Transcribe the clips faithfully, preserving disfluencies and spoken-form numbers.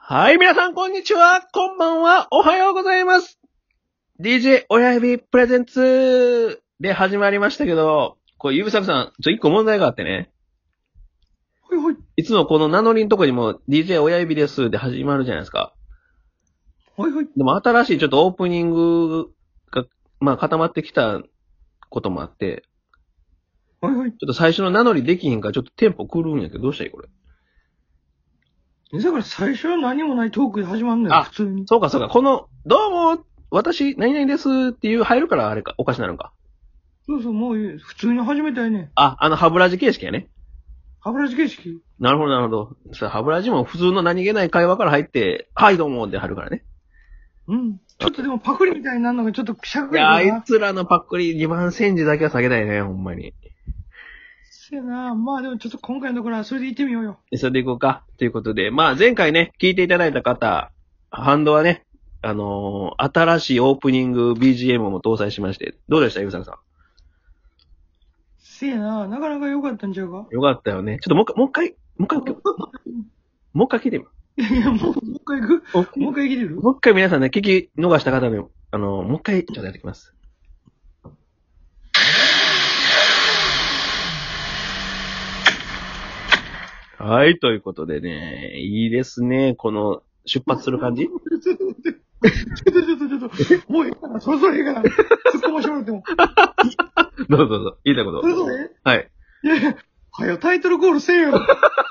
はい、皆さん、こんにちは。こんばんは。おはようございます。ディージェー 親指プレゼンツで始まりましたけど、これ、ゆうびさくさん、ちょ、一個問題があってね。 はいはい。 いつもこの名乗りのとこにも ディージェー 親指ですで始まるじゃないですか。 はいはい。 でも、新しいちょっとオープニングが、まあ、固まってきたこともあって、 はいはい。 ちょっと最初の名乗りできひんから、ちょっとテンポ狂うんやけど、どうしたらいいこれ。 だから最初は何もないトークで始まるんだよ、 あ普通に。 そうかそうか。この、どうも、私、何々ですっていう入るからあれか、おかしなるんか。 そうそう、もう普通に始めたいね。 あ、あの、歯ブラシ形式やね。 歯ブラシ形式。 なるほど、なるほど。さあ、歯ブラシも普通の何気ない会話から入って、はい、どうも、で入るからね。 うん。ちょっとでもパクリみたいになるのがちょっとしゃくいや、ありだな。 いつらのパックリにばん煎じだけは下げたいね、ほんまに。 せやな。まあでもちょっと今回のところはそれで行ってみようよ。 それでいこうか。ということで、まあ、前回ね、聞いていただいた方、ハンドはね、あのー、新しいオープニング ビージーエム も搭載しまして、どうでした、ゆうさくさん。 せやな。なかなか良かったんちゃうか。 よかったよね。ちょっともう一回、もう一回、もう一回、もう一回聞いてみよいやいや、もう、もう一回行くう。 もう一回行けてるもう一回皆さんね、聞き逃した方に、あのー、もう一回、ちょっとやってきます。はい、ということでね、いいですね、この、出発する感じ。 ちょっとちょっとちょっとちょっとちょっと、もういいかな、そろそろいいかな。突っ込ましょうっても。 どうぞどうぞ、言いたいこと。 それぞれはい。 いやいや、はよタイトルコールせえよ。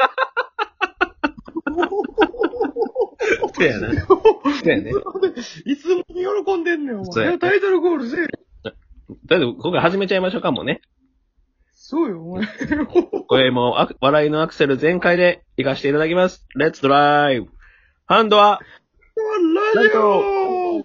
そうやな。そうやね。 いつも喜んでんねん、お前。 そうやねタイトルコールせえよ。 とりあえず、今回始めちゃいましょうかもね。 そうよ、お前。 これもうあ、笑いのアクセル全開で行かせていただきます。レッツドライブ。ハンドは、 ラジオ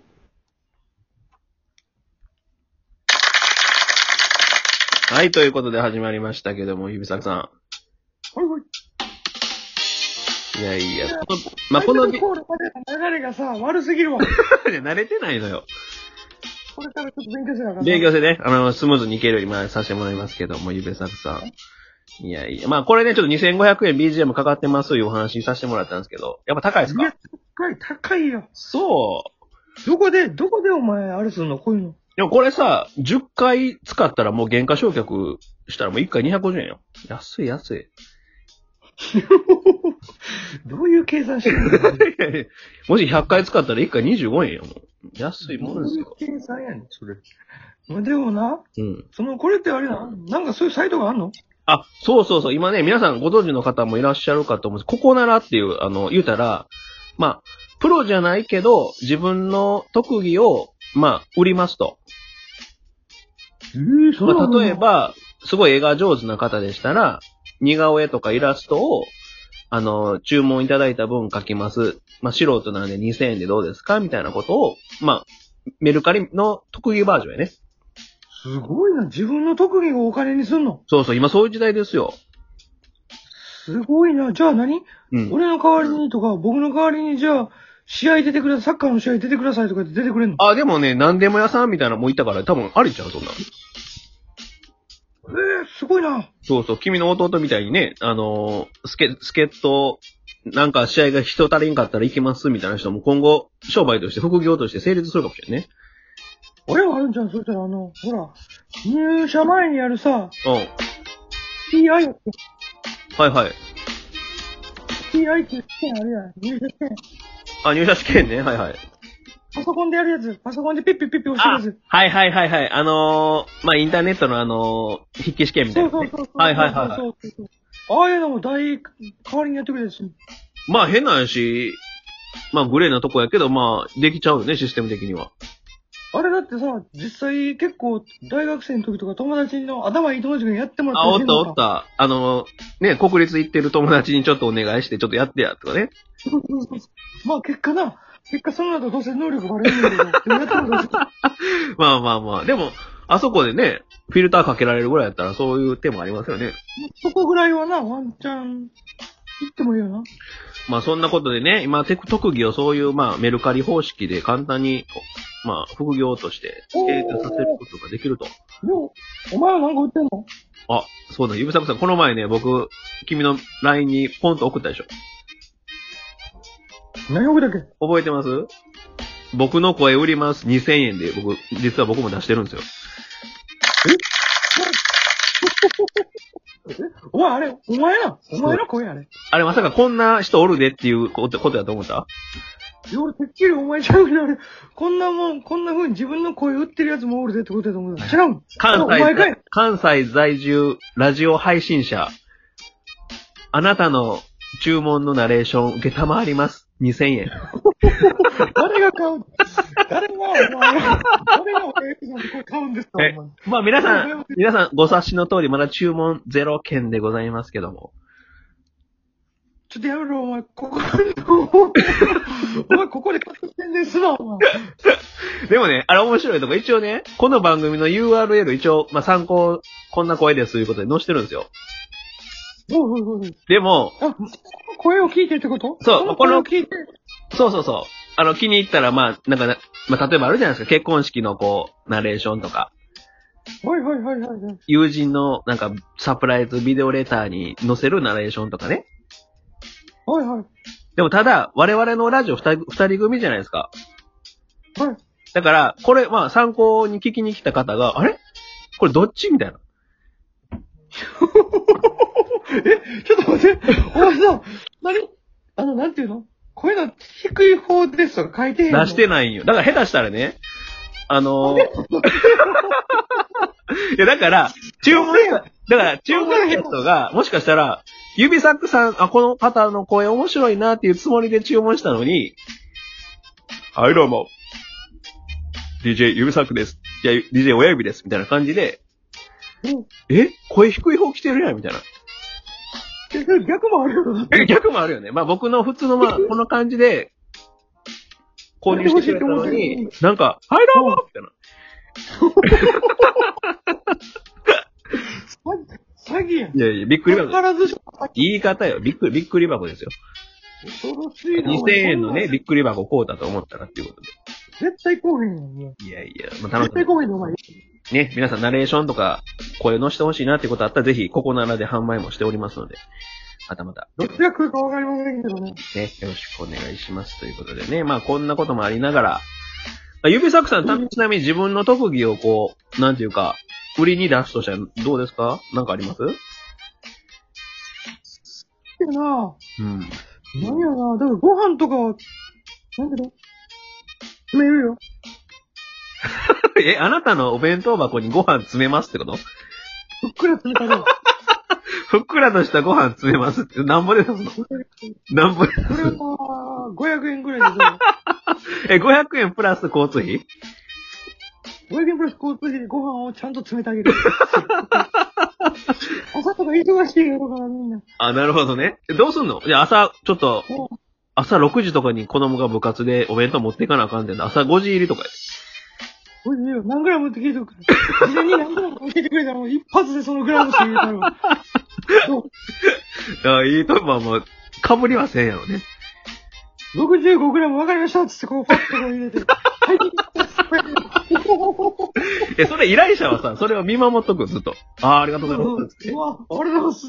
はい、ということで始まりましたけども、指作さはいはい。 ん。いやいや、この、まあ、この、 タイトルコールまでの流れがさ、悪すぎるわ。 慣れてないのよ。 これからちょっと勉強せなあかんな。 勉強してね、あの、スムーズにいけるように今させてもらいますけども、指作さん。いやいや、まあこれね、ちょっとにせんごひゃくえん ビージーエム かかってますいうお話させてもらったんですけど、やっぱ高いですか？ いや、高い、高いよ。 そう。 どこで、どこでお前、あれすんのこういうの。 でもこれさ、じゅっかい使ったらもう原価償却したらもういっかいにひゃくごじゅうえんよ。安い安い。 どういう計算してんのもしひゃっかい使ったらいっかいにじゅうごえんよ。もう安いもんですよ。 どういう計算やねん、それ。まあでもな、 うん。 その、これってあれな、なんかそういうサイトがあんのあ、そうそうそう。今ね、皆さんご存知の方もいらっしゃるかと思うんです。ここならっていう、あの、言うたら、まあ、プロじゃないけど、自分の特技を、まあ、売りますと。 えー、そまあ、例えば、すごい絵が上手な方でしたら、似顔絵とかイラストを、あの、注文いただいた分書きます。まあ、素人なんでにせんえんでどうですかみたいなことを、まあ、メルカリの特技バージョンやね。 すごいな、自分の特技をお金にすんの。 そうそう、今そういう時代ですよ。 すごいな。じゃあ何、 うん。 俺の代わりにとか、僕の代わりにじゃあ、試合出てください、サッカーの試合出てくださいとかって出てくれんのあ、でもね、何でも屋さんみたいなのもいたから、多分ありちゃう、そんなの。 えー、すごいな。 そうそう、君の弟みたいにね、あのー、スケ、スケット、なんか試合が人足りんかったら行けますみたいな人も今後、商売として、副業として成立するかもしれんね。 俺はあるんじゃん、そしたらあの、ほら、入社前にやるさ、 うん。 ティーアイ って、 はいはい。 ティーアイ っていう試験あるやん、入社試験。 あ、入社試験ね。はいはい。 パソコンでやるやつ、パソコンでピッピッピッピ押してるあ、 やつ。 はいはいはいはい。あのー、まあ、インターネットのあのー、筆記試験みたいな、ね。 そうそうそうそう。 はいはいはいはい。 そうそうそう。ああいうのも大、代わりにやってくれるし。 まあ、変な話、まあ、グレーなとこやけど、まあ、できちゃうよね、システム的には。 あれだってさ、実際結構大学生の時とか友達の頭いい友達がやってもらあ、おったりしてんのかおった。あのー、ね、国立行ってる友達にちょっとお願いして、ちょっとやってや、とかね。 まあ結果な、結果その後どうせ能力バレるんだけど、でもやってもらうし。 まあまあまあ。でも、あそこでね、フィルターかけられるぐらいやったら、そういう手もありますよね。 そこぐらいはな、ワンチャン、言ってもいいよな。 まあそんなことでね、今、テク特技をそういう、まあメルカリ方式で簡単に、まあ副業として成立させることができると。 よう、お前は何か売ってんのあ、そうだ、ゆびさくさん、この前ね、僕、君の ライン にポンと送ったでしょ。 何億だっけ？ 覚えてます？僕の声売りますにせんえんで、僕、実は僕も出してるんですよ。 えお前あれ、お前な、お前の声あれ。 あれまさかこんな人おるでっていうことことやと思った？ いや、俺てっきりお前ちゃうけど、俺、こんなもん、こんな風に自分の声売ってるやつもおるでってことやと思う。違う。 関お前かい西、関西在住ラジオ配信者。あなたの注文のナレーション受けたまわります。にせんえん。 誰が買う誰が、お前が、誰がお前がこれ買うんですか、お前。 まあ皆さん、皆さんご察しの通りまだ注文ゼロ件でございますけども。 ちょっとやめろ、お前。ここで、お前、ここで宣伝すな、お前。 でもね、あれ面白いとこ、一応ね、この番組の ユーアールエル 一応、まあ参考、こんな声ですということで載せてるんですよ。 おうおうおうでも、 あ、声を聞いてってこと？ そうこの声を聞いて。 そうそうそう。あの、気に入ったら、まあ、なんかな、まあ、例えばあるじゃないですか、結婚式のこう、ナレーションとか。 はいはいはいはいはい。 友人の、なんか、サプライズビデオレターに載せるナレーションとかね。 はいはい。 でもただ、我々のラジオ二人、二人組じゃないですか。 はい。 だから、これ、まあ、参考に聞きに来た方が、あれこれどっちみたいな。 え、ちょっと待って。お前さ、何あの、なんていうの声の低い方ですとか書いてへんの？ 出してないんよ。だから下手したらね、あのー、いや、だから、注文した、だから、注文した人が、もしかしたら、指サックさん、あ、この方の声面白いなっていうつもりで注文したのに、はいどうも、ディージェー 指サックです。いや、ディージェー 親指です。みたいな感じで、 うん、 え声低い方来てるやんみたいな。 逆もあるよ。 逆もあるよね。まあ僕の普通のまあ、この感じで、購入してくれたのに、なんか、はいどうもみたいな。 詐欺やん。 いやいや、びっくり箱。 からずし言い方よ。びっくり、びっくり箱ですよ。 恐ろしいな。 にせんえんのね、びっくり箱買うたと思ったらっていうことで。 絶対こうへんよ、もう。 いやいや、まあ、楽し絶対こうへんよ、お前。 み。ね、皆さんナレーションとか、声載せてほしいなっていうことあったら、ぜひ、ここならで販売もしておりますので、またまた。 どっちが来るかわかりませんけどね。 ね、よろしくお願いしますということでね、まあこんなこともありながら、まあ、指サックさん、たちなみに自分の特技をこう、なんていうか、売りに出すとしたらどうですか？なんかあります？ いやなうん。 何やなだからご飯とかは、なんだろ詰めるよ。 え、あなたのお弁当箱にご飯詰めますってこと？ ふっくら詰めたろ。 ふっくらとしたご飯詰めますって、なんぼで出すの？なんぼで出これすの？ は、ごひゃくえんくらいでどう？ え、ごひゃくえんプラス交通費？ ごひゃくえんプラス交通費でご飯をちゃんと詰めてあげる。朝とか忙しいやろからみんな。 あ、なるほどね。どうすんの？じゃあ朝、ちょっと、朝ろくじとかに子供が部活でお弁当持っていかなあかんってんだ。朝ごじ入りとかや。 おいしいよ。何グラムって聞いておくから。事前に何グラム教えてくれたら、一発でそのグラム数入れたら。そう。 あ、いいと、まあまあ、かぶりはせんやろね。 ろくじゅうごグラム分かりましたっつって、こう、パッとこう入れて。はい。 え、それ依頼者はさ、それを見守っとく、ずっと。ああ、ありがとうございます。 うわ、ありがとうございます。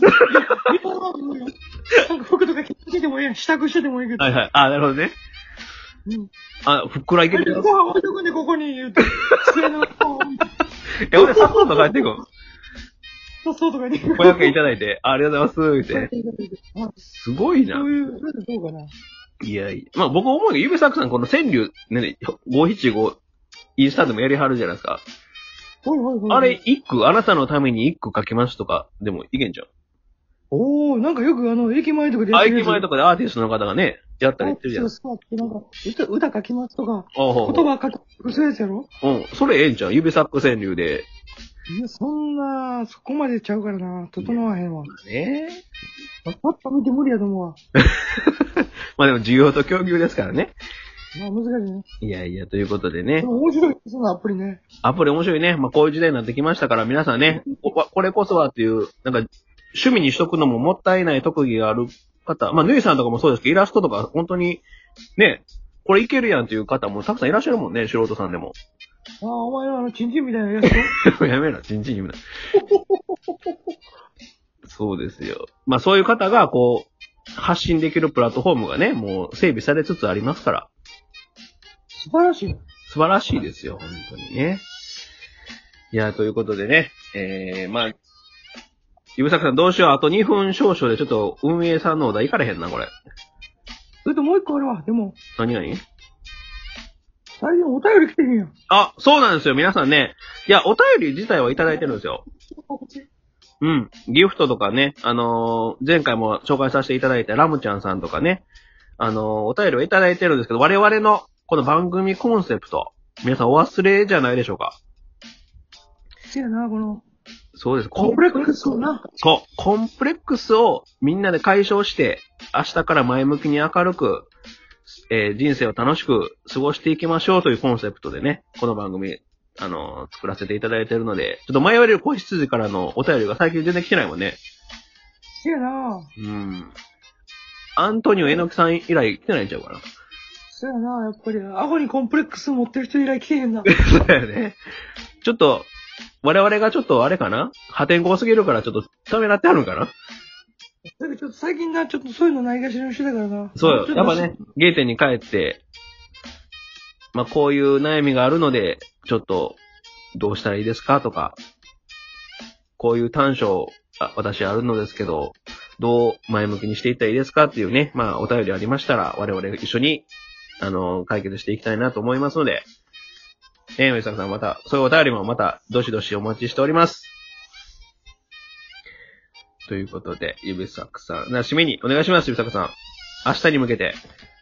なんか服とか着ててもいいやん。支度しててもいいけど。 はいはい。あ、なるほどね。 うん。 あ、ふっくらいけるよ。 ご飯置いとくんで、ここに言うて。机の、 え、俺さっそうと帰っていくん。 そうそうとかに。 ごひゃくえんいただいて、あありがとうございます、って。すごいな。 そういう、それでどうかな。 いやいや。まあ僕思うけど、指サックさんこの川柳、ね、ごひゃくななじゅうご、インスタでもやりはるじゃないですか。 はいはいはい。 あれ、一句、あなたのために一句書きますとか、でもいけんじゃん。 おー、なんかよくあの、駅前とかでやっあ、 てる駅前とかでアーティストの方がね、やったり言ってるじゃん。 そうそう、なんか、歌、歌書きますとか、 あほうほう言葉書きますそういうやつやろ？ うん。それええんじゃん。指サック川柳で。 いや、そんな、そこまでちゃうからな、整わへんわ。 ねパッと見て無理やと思うわ。 まあでも、需要と供給ですからね。 まあ難しいね。 いやいや、ということでねで。も面白い、そのアプリね。 アプリ面白いね。まあこういう時代になってきましたから、皆さんね、ここれこそはっていう、なんか、趣味にしとくのももったいない特技がある方、まあ、ぬいさんとかもそうですけど、イラストとか、本当に、ね、これいけるやんっていう方もたくさんいらっしゃるもんね、素人さんでも。 ああ、お前のあの、チンチンみたいなやつやめろ、ちんちん言うな。そうですよ。まあそういう方が、こう、 発信できるプラットフォームがね、もう整備されつつありますから。 素晴らしい。 素晴らしいですよ、本当にね。いや、ということでね、えー、まあ、ゆぶさくさんどうしよう、あとにふん少々でちょっと運営さんのお題いかれへんな、これ。 それともう一個あるわ、でも。 何何最近お便り来てへんやん。 あ、そうなんですよ、皆さんね。いや、お便り自体はいただいてるんですよ。うん。ギフトとかね、あのー、前回も紹介させていただいたラムちゃんさんとかね、あのー、お便りをいただいてるんですけど、我々のこの番組コンセプト、皆さんお忘れじゃないでしょうか。 せやな、この。 そうです。 コンプレックスをな。 そう。コンプレックスをみんなで解消して、明日から前向きに明るく、えー、人生を楽しく過ごしていきましょうというコンセプトでね、この番組、あのー、作らせていただいているので、ちょっと迷われる子羊からのお便りが最近全然来てないもんね。 せやな。 うん。アントニオ猪木さん以来来てないんちゃうかな。 せやな、やっぱり、アホにコンプレックス持ってる人以来来てへんな。 そうだよね。ちょっと、我々がちょっとあれかな破天荒すぎるからちょっとためらってあるんかな。 だけどちょっと最近な、ちょっとそういうのないがしろにしてたからな。 そうよ。やっぱね、ゲーテに帰って、まあ、こういう悩みがあるので、ちょっと、どうしたらいいですかとか、こういう短所、あ私あるのですけど、どう前向きにしていったらいいですかっていうね、まあ、お便りありましたら、我々一緒に、あの、解決していきたいなと思いますので、えー、上坂さんまた、そういうお便りもまた、どしどしお待ちしております。ということで、ゆぶさくさん、な、締めにお願いします、ゆぶさくさん。明日に向けて。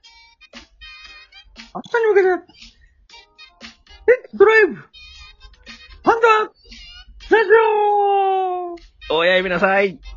明日に向けて、レッツドライブパンダラジオおやすみなさい。